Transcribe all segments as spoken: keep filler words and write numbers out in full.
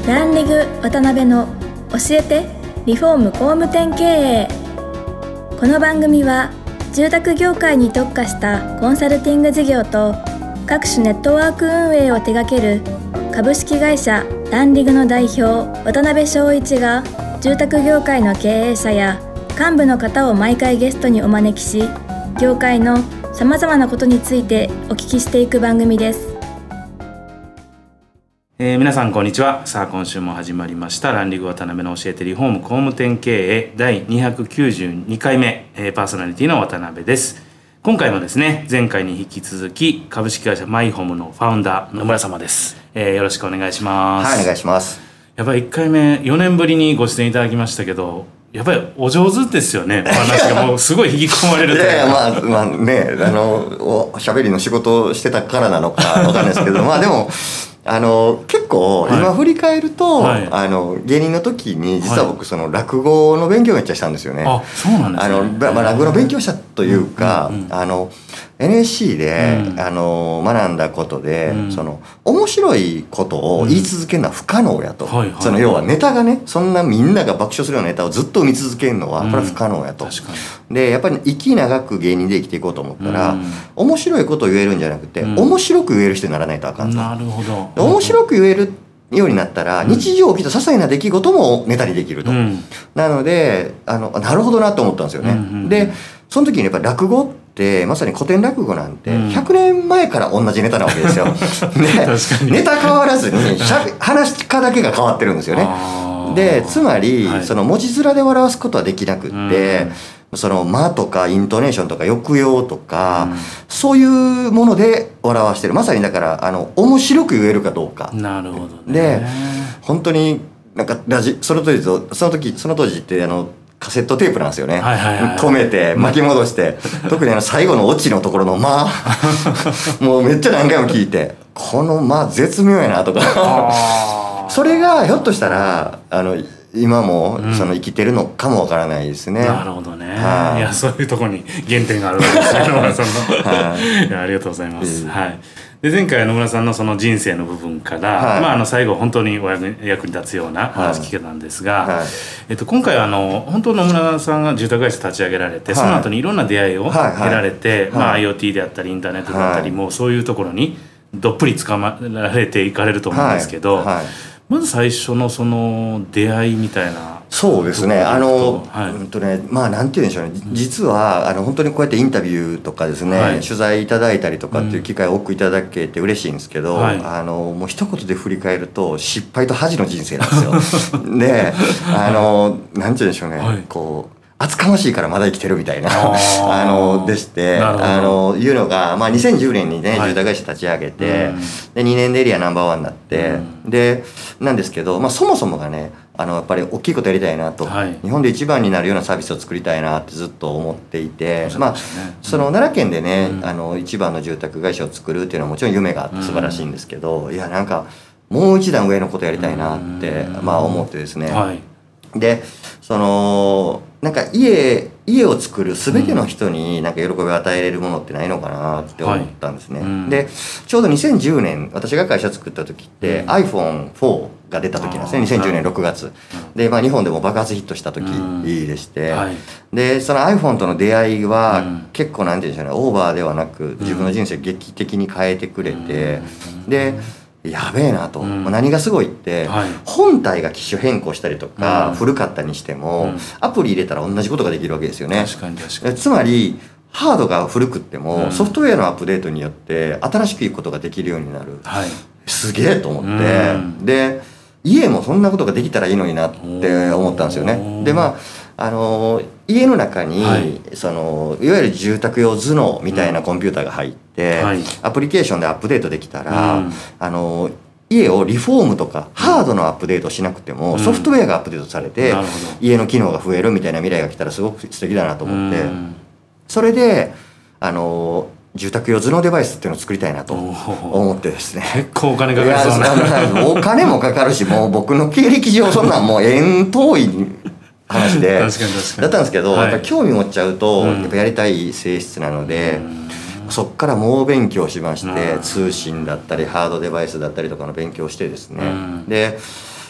ランリグ渡辺の教えてリフォーム工務店経営。この番組は住宅業界に特化したコンサルティング事業と各種ネットワーク運営を手掛ける株式会社ランリグの代表渡辺翔一が住宅業界の経営者や幹部の方を毎回ゲストにお招きし、業界のさまざまなことについてお聞きしていく番組です。 えー、皆さんこんにちは。さあ今週も始まりましたランリグ渡辺の教えてリフォーム工務店経営だいにひゃくきゅうじゅうにかいめ、えー、パーソナリティの渡辺です。今回もですね、前回に引き続き株式会社マイホームのファウンダー野村様です。えー、よろしくお願いします。 はい、お願いします。 やっぱりいっかいめよねんぶりにご出演いただきましたけど、やっぱりお上手ですよね。お話がもうすごい引き込まれるというか。 いやいや、まあ、まあね、あのお喋りの仕事をしてたからなのかわかんないですけどまあでもあの結構今振り返ると、はい、あの芸人の時に実は僕その落語の勉強めっちゃしたんですよね。 あ、そうなんですね。 あの、まあ、落語の勉強したというか、うんうんうん、あの エヌエスシー で、うん、あの学んだことで、うん、その面白いことを言い続けるのは不可能やと、うんはいはいはい、その要はネタがね、そんなみんなが爆笑するようなネタをずっと生み続けるのはこれは不可能やと、うん、確かに。でやっぱり生き長く芸人で生きていこうと思ったら、うん、面白いことを言えるんじゃなくて、うん、面白く言える人にならないとあかんと。 なるほど。 面白く言えるようになったら、うん、日常起きた些細な出来事もネタにできると、うん、なのであのなるほどなと思ったんですよね、うんうんうん、でその時にやっぱり落語ってまさに古典落語なんてひゃくねんまえから同じネタなわけですよ、うん、でネタ変わらずにしゃ話し家だけが変わってるんですよね。でつまり、はい、その文字面で笑わすことはできなくって、うん、その間とかイントネーションとか抑揚とか、うん、そういうもので笑わしてる。まさにだからあの面白く言えるかどうか。 なるほどね。 で本当になんかラジその当時その時その当時ってあのカセットテープなんですよね、はいはいはい、止めて巻き戻して特にあの最後のオチのところの間もうめっちゃ何回も聞いてこの間絶妙やなとかそれがひょっとしたらあの今もその生きてるのかもわからないですね、 うん、なるほどね、はあ、いやそういうところに原点があるわけですね野村さんの、はあ、いやありがとうございます、えーはい、で前回野村さんのその人生の部分から、はいまあ、あの最後本当にお役に立つような話聞けたんですが、はいはいえっと、今回はあの本当野村さんが住宅会社立ち上げられて、はい、その後にいろんな出会いを得られて、はいはいまあ、IoT であったりインターネットであったり、はい、もうそういうところにどっぷりつかまられていかれると思うんですけど、はいはいまず最初のその出会いみたいな。 そうですね。あの、はい、うんとね、まあなんて言うんでしょうね。実はあの本当にこうやってインタビューとかですね、はい、取材いただいたりとかっていう機会を多くいただけて嬉しいんですけど、はい、あのもう一言で振り返ると失敗と恥の人生なんですよ。で、あのなんて言うんでしょうね。はい、こう。厚かましいからまだ生きてるみたいなあのでしてあのいうのが、まあ、にせんじゅうねんにね、はい、住宅会社立ち上げて、うん、でにねんでエリアナンバーワンになって、うん、でなんですけど、まあ、そもそもがねあのやっぱり大きいことやりたいなと、はい、日本で一番になるようなサービスを作りたいなってずっと思っていて、まあ、その奈良県でね、うん、あの一番の住宅会社を作るっていうのはもちろん夢があって素晴らしいんですけど、うん、いやなんかもう一段上のことやりたいなって、うん、まあ思ってですね、はい、でそのなんか家家を作る全ての人になんか喜びを与えれるものってないのかなって思ったんですね、はいうん、でちょうどにせんじゅうねん私が会社作った時って、うん、アイフォンフォー が出た時なんですね。にせんじゅうねんろくがつで、まあ、日本でも爆発ヒットした時でして、うんはい、でその iPhone との出会いは結構なんて言うんでしょうね、オーバーではなく自分の人生を劇的に変えてくれて、うん、でやべえなと、うん、何がすごいって、はい、本体が機種変更したりとか、うん、古かったにしても、うん、アプリ入れたら同じことができるわけですよね。 確かに確かに。 つまりハードが古くっても、うん、ソフトウェアのアップデートによって新しくいくことができるようになる、はい、すげえと思って、うん、で家もそんなことができたらいいのになって思ったんですよね。でまああの家の中に、はい、そのいわゆる住宅用頭脳みたいなコンピューターが入って、うんはい、アプリケーションでアップデートできたら、うん、あの家をリフォームとかハードのアップデートしなくても、うん、ソフトウェアがアップデートされて、うん、家の機能が増えるみたいな未来が来たらすごく素敵だなと思って、うん、それであの住宅用頭脳デバイスっていうのを作りたいなと思ってですね。 結構お金かかるそうな。 お金もかかるし、もう僕の経歴上そんなんもう遠遠い話で確かに確かにだったんですけど、はい、やっぱ興味持っちゃうと、うん、やっぱやりたい性質なので、うん、そっから猛勉強しまして、うん、通信だったりハードデバイスだったりとかの勉強をしてですね、うん、で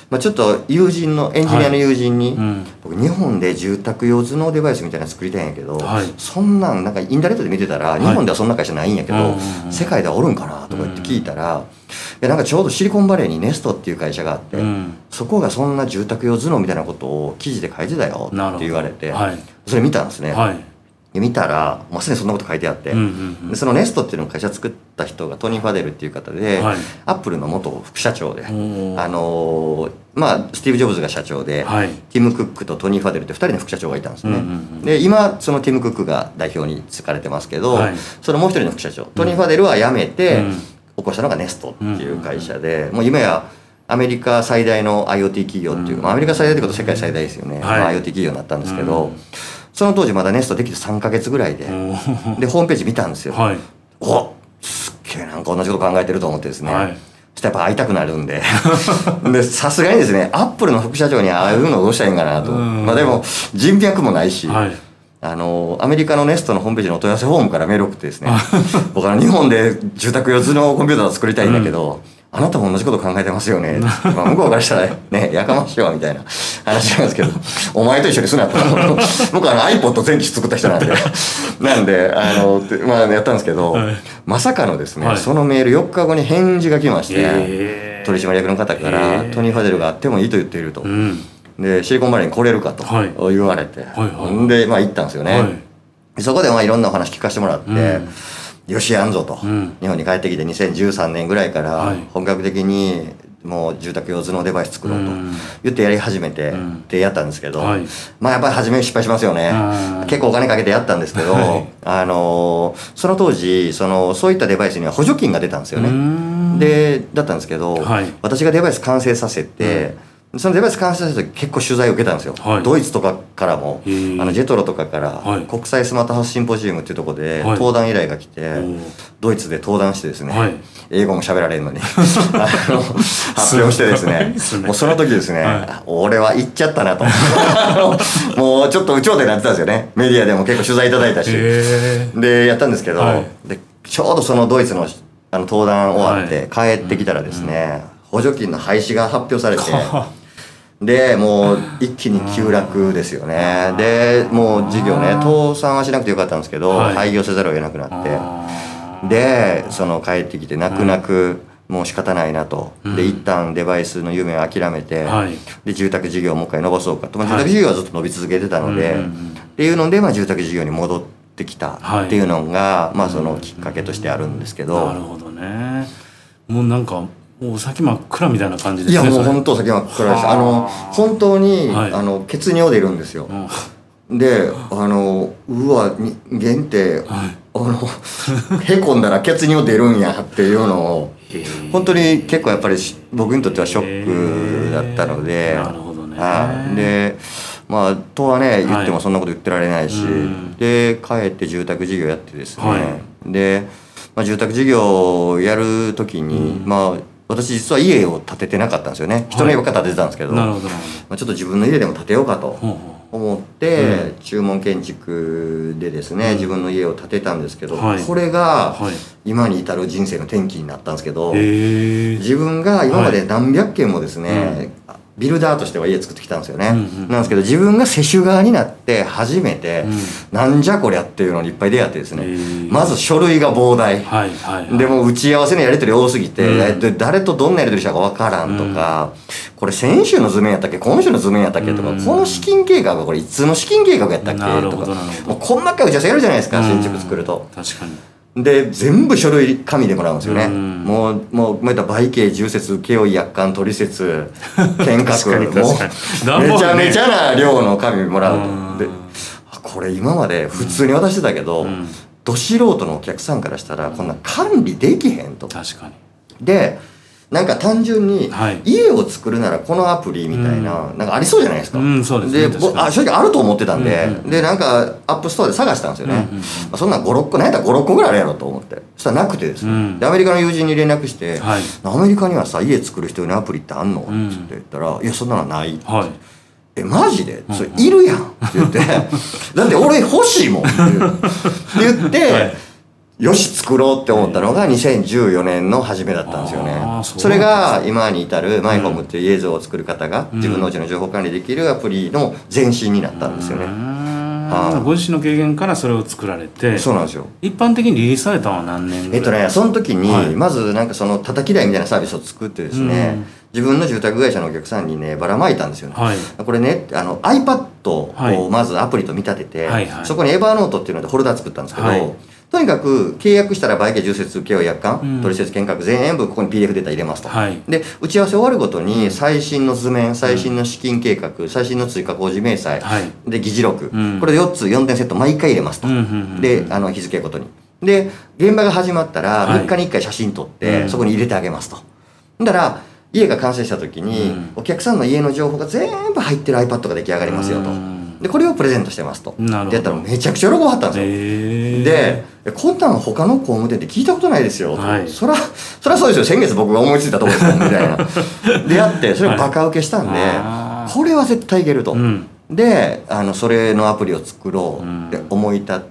まあ、ちょっと友人のエンジニアの友人に、 はいうん、 僕日本で住宅用頭脳デバイスみたいなの作りたいんやけど、 はい、 そんなんなんかインターネットで見てたら、はい、日本ではそんな会社ないんやけど、はい、世界ではおるんかなとか言って聞いたら、うん、いやなんかちょうどシリコンバレーにネストっていう会社があって、うん、そこがそんな住宅用頭脳みたいなことを記事で書いてたよって言われて、はい、それ見たんですね。はいで見たらまさにそんなこと書いてあって、うんうんうん、でそのネストっていうのを会社作った人がトニー・ファデルっていう方で、はい、アップルの元副社長で、あのー、まあスティーブ・ジョブズが社長で、はい、ティム・クックとトニー・ファデルってふたりの副社長がいたんですね、うんうんうん、で今そのティム・クックが代表に就かれてますけど、はい、そのもう一人の副社長トニー・ファデルは辞めて、うん、起こしたのがネストっていう会社で、うんうんうん、もう今やアメリカ最大の IoT 企業っていう、うんまあ、アメリカ最大ってことは世界最大ですよね、はいまあ、IoT 企業になったんですけど、うんその当時まだネストできてさんかげつぐらいででホームページ見たんですよ、はい、おすっげえなんか同じこと考えてると思ってですね、はい、そしたらやっぱ会いたくなるんでさすがにですねアップルの副社長に会うのどうしたらいいんかなとまあでも人脈もないし、はいあのアメリカのネストのホームページのお問い合わせフォームからメール送ってですね僕は日本で住宅用頭脳コンピューターを作りたいんだけど、うんあなたも同じこと考えてますよねまあ向こうからしたらねやかましいわみたいな話なんですけどお前と一緒にすなと僕はあの iPod 全機作った人なんでなんであの、まあ、やったんですけど、はい、まさかのですね、はい、そのメールよっかごに返事が来まして、えー、取締役の方から、えー、トニー・ファデルがあってもいいと言っていると、うん、でシリコンバレーに来れるかと言われて、はいはいはい、で、まあ、行ったんですよね、はい、そこでまあいろんなお話聞かせてもらって、うんよしやんぞと、うん、日本に帰ってきてにせんじゅうさんねんぐらいから本格的にもう住宅用頭脳デバイス作ろうと言ってやり始めてってやったんですけど、はい、まあやっぱり初め失敗しますよね。結構お金かけてやったんですけど、はい、あのその当時そのそういったデバイスには補助金が出たんですよね。でだったんですけど、はい、私がデバイス完成させて、うんそのデバイス完成した時結構取材を受けたんですよ、はい、ドイツとかからもあのジェトロとかから、はい、国際スマートハウスシンポジウムっていうところで登壇依頼が来て、はい、ドイツで登壇してですね、はい、英語も喋られるのにあの発表してですねもうその時ですね、はい、俺は行っちゃったなともうちょっと有頂天になってたんですよねメディアでも結構取材いただいたしでやったんですけど、はい、でちょうどそのドイツ の, あの登壇終わって帰ってきたらですね、はいうん、補助金の廃止が発表されてでもう一気に急落ですよねでもう事業ね倒産はしなくてよかったんですけど、はい、廃業せざるを得なくなってでその帰ってきて泣く泣くもう仕方ないなと、うん、で一旦デバイスの夢を諦めて、はい、で住宅事業をもう一回伸ばそうかと、まあ、住宅事業はずっと伸び続けてたので、はい、っていうので、まあ、住宅事業に戻ってきたっていうのが、はい、まあそのきっかけとしてあるんですけど、 なるほどねもうなんかもう先真っ暗みたいな感じですね。 いやもう本当先真っ暗です。あの本当に、はい、あの血尿出るんですよ。うん、であのうわ人間って、はい、あのへこんだら血尿出るんやっていうのを本当に結構やっぱり僕にとってはショックだったので。 なるほどね。 あでまあとはね言ってもそんなこと言ってられないし、はい、で帰って住宅事業やってですね、はい、で、まあ、住宅事業をやるときに、うん、まあ私実は家を建ててなかったんですよね人の家ばっか建ててたんですけど、はい、なるほどなるほど、まあ、ちょっと自分の家でも建てようかと思って、うん、注文建築でですね、うん、自分の家を建てたんですけど、はい、これが今に至る人生の転機になったんですけど、はい、自分が今まで何百軒もですね、はい、ビルダーとしては家作ってきたんですよね、うんうん、なんですけど自分が施主側になって初めて、うん、なんじゃこりゃっていうのにいっぱい出会ってですね、まず書類が膨大、はいはいはい、でも打ち合わせのやり取り多すぎて、うん、誰とどんなやり取りしたか分からんとか、うん、これ先週の図面やったっけ今週の図面やったっけとか、うん、この資金計画はこれいつの資金計画やったっけとかもう細かい打ち合わせやるじゃないですか、うん、新築作ると確かにで全部書類紙でもらうんですよね、うん、もうもうまた売計重説請負約款取説見学もうめちゃめちゃな量の紙もらうと、うん、でこれ今まで普通に渡してたけど、うん、ど素人のお客さんからしたらこんな管理できへんと確かにでなんか単純に家を作るならこのアプリみたいな、うん、なんかありそうじゃないですか、うん、そうですね、であ正直あると思ってたんで、うんうん、でなんかアップストアで探したんですよね、うんうん、まあ、そんなごろっこなんやったらごろっこぐらいあるやろと思ってそしたらなくてですね、うん、でアメリカの友人に連絡して、はい、アメリカにはさ家作る人にアプリってあんの、うん、って言ったらいやそんなのないって、はい、えマジでそれいるやんって言ってだって俺欲しいもんって言って、はい、 よし作ろうって思ったのがにせんじゅうよねんの初めだったんですよね。そ, それが今に至るマイホームっていう映像を作る方が自分のうちの情報管理できるアプリの前身になったんですよね。 はあ、ご自身の経験からそれを作られて。 そうなんですよ。 一般的にリリースされたのは何年ぐらい？ えっとねその時にまずなんかその叩き台みたいなサービスを作ってですね、うん、自分の住宅会社のお客さんにねばらまいたんですよね。はい、これねあの iPad をまずアプリと見立てて、はいはいはい、そこに Evernote っていうのでフォルダ作ったんですけど、はい、とにかく契約したら売買重説請負約款、うん、取説見学全部ここに ピーディーエフ データ入れますと、はい、で打ち合わせ終わるごとに最新の図面最新の資金計画、うん、最新の追加工事明細、はい、で議事録、うん、これでよっつよんてんセット毎回入れますと、うんうんうん、であの日付ごとにで現場が始まったらみっかにいっかい写真撮って、はい、そこに入れてあげますと。だから家が完成した時に、うん、お客さんの家の情報が全部入ってる iPad が出来上がりますよと、でこれをプレゼントしてますとでやったらめちゃくちゃ喜ばはったんですよ。でこんなん他の工務店って聞いたことないですよと、はい、そらそらそうですよ先月僕が思いついたとこですもんみたいなでやってそれをバカ受けしたんで、はい、これは絶対いけると、うん、であのそれのアプリを作ろうって思い立って、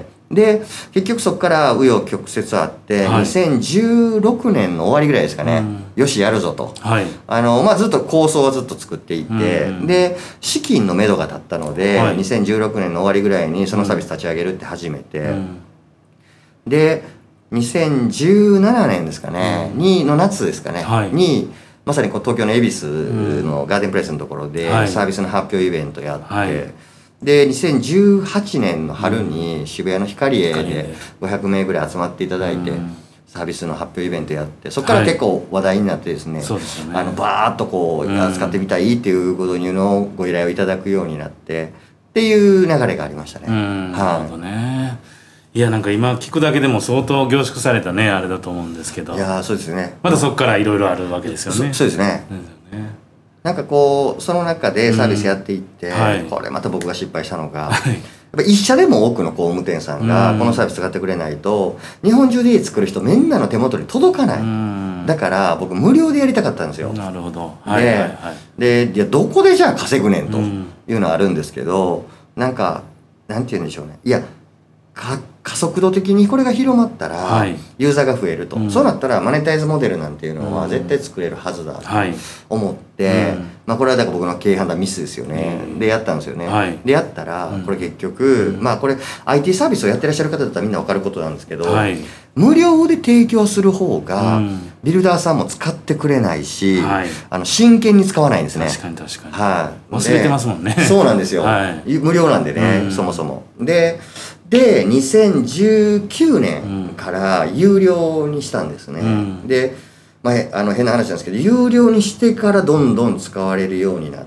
で結局そこから紆余曲折あって、はい、にせんじゅうろくねんの終わりぐらいですかね、うん、よしやるぞと、はい、あのまあ、ずっと構想はずっと作っていて、うん、で資金のめどが立ったので、はい、にせんじゅうろくねんの終わりぐらいにそのサービス立ち上げるって始めて、うん、でにせんじゅうななねんですかね、うん、にの夏ですかね、はい、にまさにこう東京の恵比寿のガーデンプレイスのところでサービスの発表イベントやって、はい、でにせんじゅうはちねんの春に渋谷のヒカリエでごひゃくめいぐらい集まっていただいてサービスの発表イベントやって、そこから結構話題になってですね、はい、そうですよね、あのバーッとこう扱ってみたいっていうご導入のご依頼をいただくようになってっていう流れがありましたね。うん、 はい、なるほどね。いやなんか今聞くだけでも相当凝縮されたねあれだと思うんですけど、 いやそうですね、 またそこからいろいろあるわけですよね。 そ, そうですね、うん、ね、なんかこうその中でサービスやっていって、うん、はい、これまた僕が失敗したのが、はい、やっぱ一社でも多くの工務店さんがこのサービス使ってくれないと、うん、日本中で家作る人みんなの手元に届かない、うん、だから僕無料でやりたかったんですよ。 なるほど、 はいはいはい、で, でいやどこでじゃあ稼ぐねんというのはあるんですけど、うん、なんかなんて言うんでしょうね、いやか加速度的にこれが広まったらユーザーが増えると、はい、そうなったらマネタイズモデルなんていうのは絶対作れるはずだと思って、はい、うん、まあ、これはだから僕の経営判断ミスですよね、うん、でやったんですよね、はい、でやったらこれ結局、うん、まあこれ アイティー サービスをやってらっしゃる方だったらみんな分かることなんですけど、はい、無料で提供する方がビルダーさんも使ってくれないし、はい、あの真剣に使わないんですね。 確かに確かに、 はい、 忘れてますもんね。 そうなんですよ、はい、無料なんでね、うん、そもそもででにせんじゅうきゅうねんから有料にしたんですね、うん、で、まあ、あの変な話なんですけど有料にしてからどんどん使われるようになって、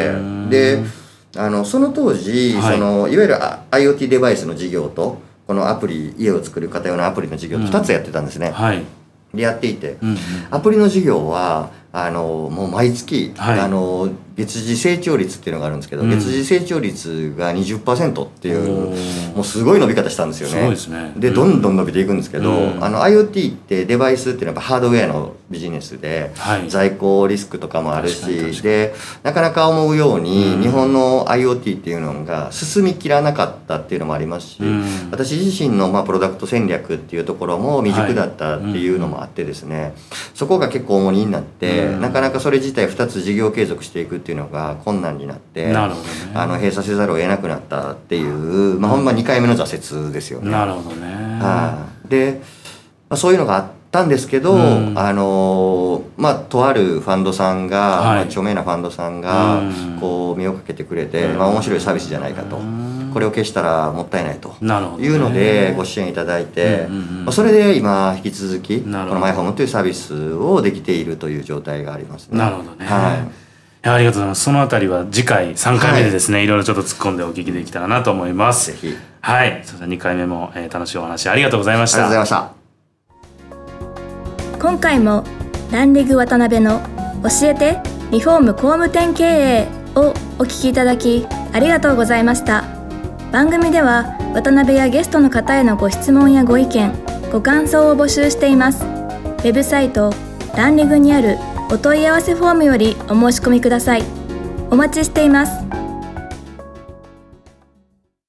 うん、であのその当時、はい、そのいわゆる IoT デバイスの事業とこのアプリ家を作る方用のアプリの事業とふたつやってたんですね、うん、はい、でやっていて、うんうん、アプリの事業はあのもう毎月、はい、あの月次成長率っていうのがあるんですけど、うん、月次成長率が にじゅっパーセント っていうもうすごい伸び方したんですよね。 すごいですね。 でどんどん伸びていくんですけど、うん、あの IoT ってデバイスっていうのはハードウェアのビジネスで、はい、在庫リスクとかもあるしでなかなか思うように、うん、日本の IoT っていうのが進みきらなかったっていうのもありますし、うん、私自身のまあプロダクト戦略っていうところも未熟だったっていうのもあってですね、はい、うん、そこが結構重荷になって、うん、なかなかそれ自体ふたつ事業継続していくっていうのが困難になって、なるほどね、あの閉鎖せざるを得なくなったっていう、まあ、ほんまにかいめの挫折ですよね。 なるほどね。 はあ、で、まあ、そういうのがあったんですけど、うん、あのまあとあるファンドさんが、はい、まあ、著名なファンドさんがこう目をかけてくれて、うん、まあ、面白いサービスじゃないかと、うん、これを消したらもったいないというのでご支援いただいて、まあ、それで今引き続きこのマイホームというサービスをできているという状態がありますね。 なるほどね。はい、ありがとうございます。そのあたりは次回さんかいめでですね、はい、いろいろちょっと突っ込んでお聞きできたらなと思います。 ぜひ。 はい、それではにかいめも、えー、楽しいお話ありがとうございました。 ありがとうございました。 今回もランリグ渡辺の教えてリフォーム工務店経営をお聞きいただきありがとうございました。番組では渡辺やゲストの方へのご質問やご意見ご感想を募集しています。ウェブサイトランリグにあるお問い合わせフォームよりお申し込みください。お待ちしています。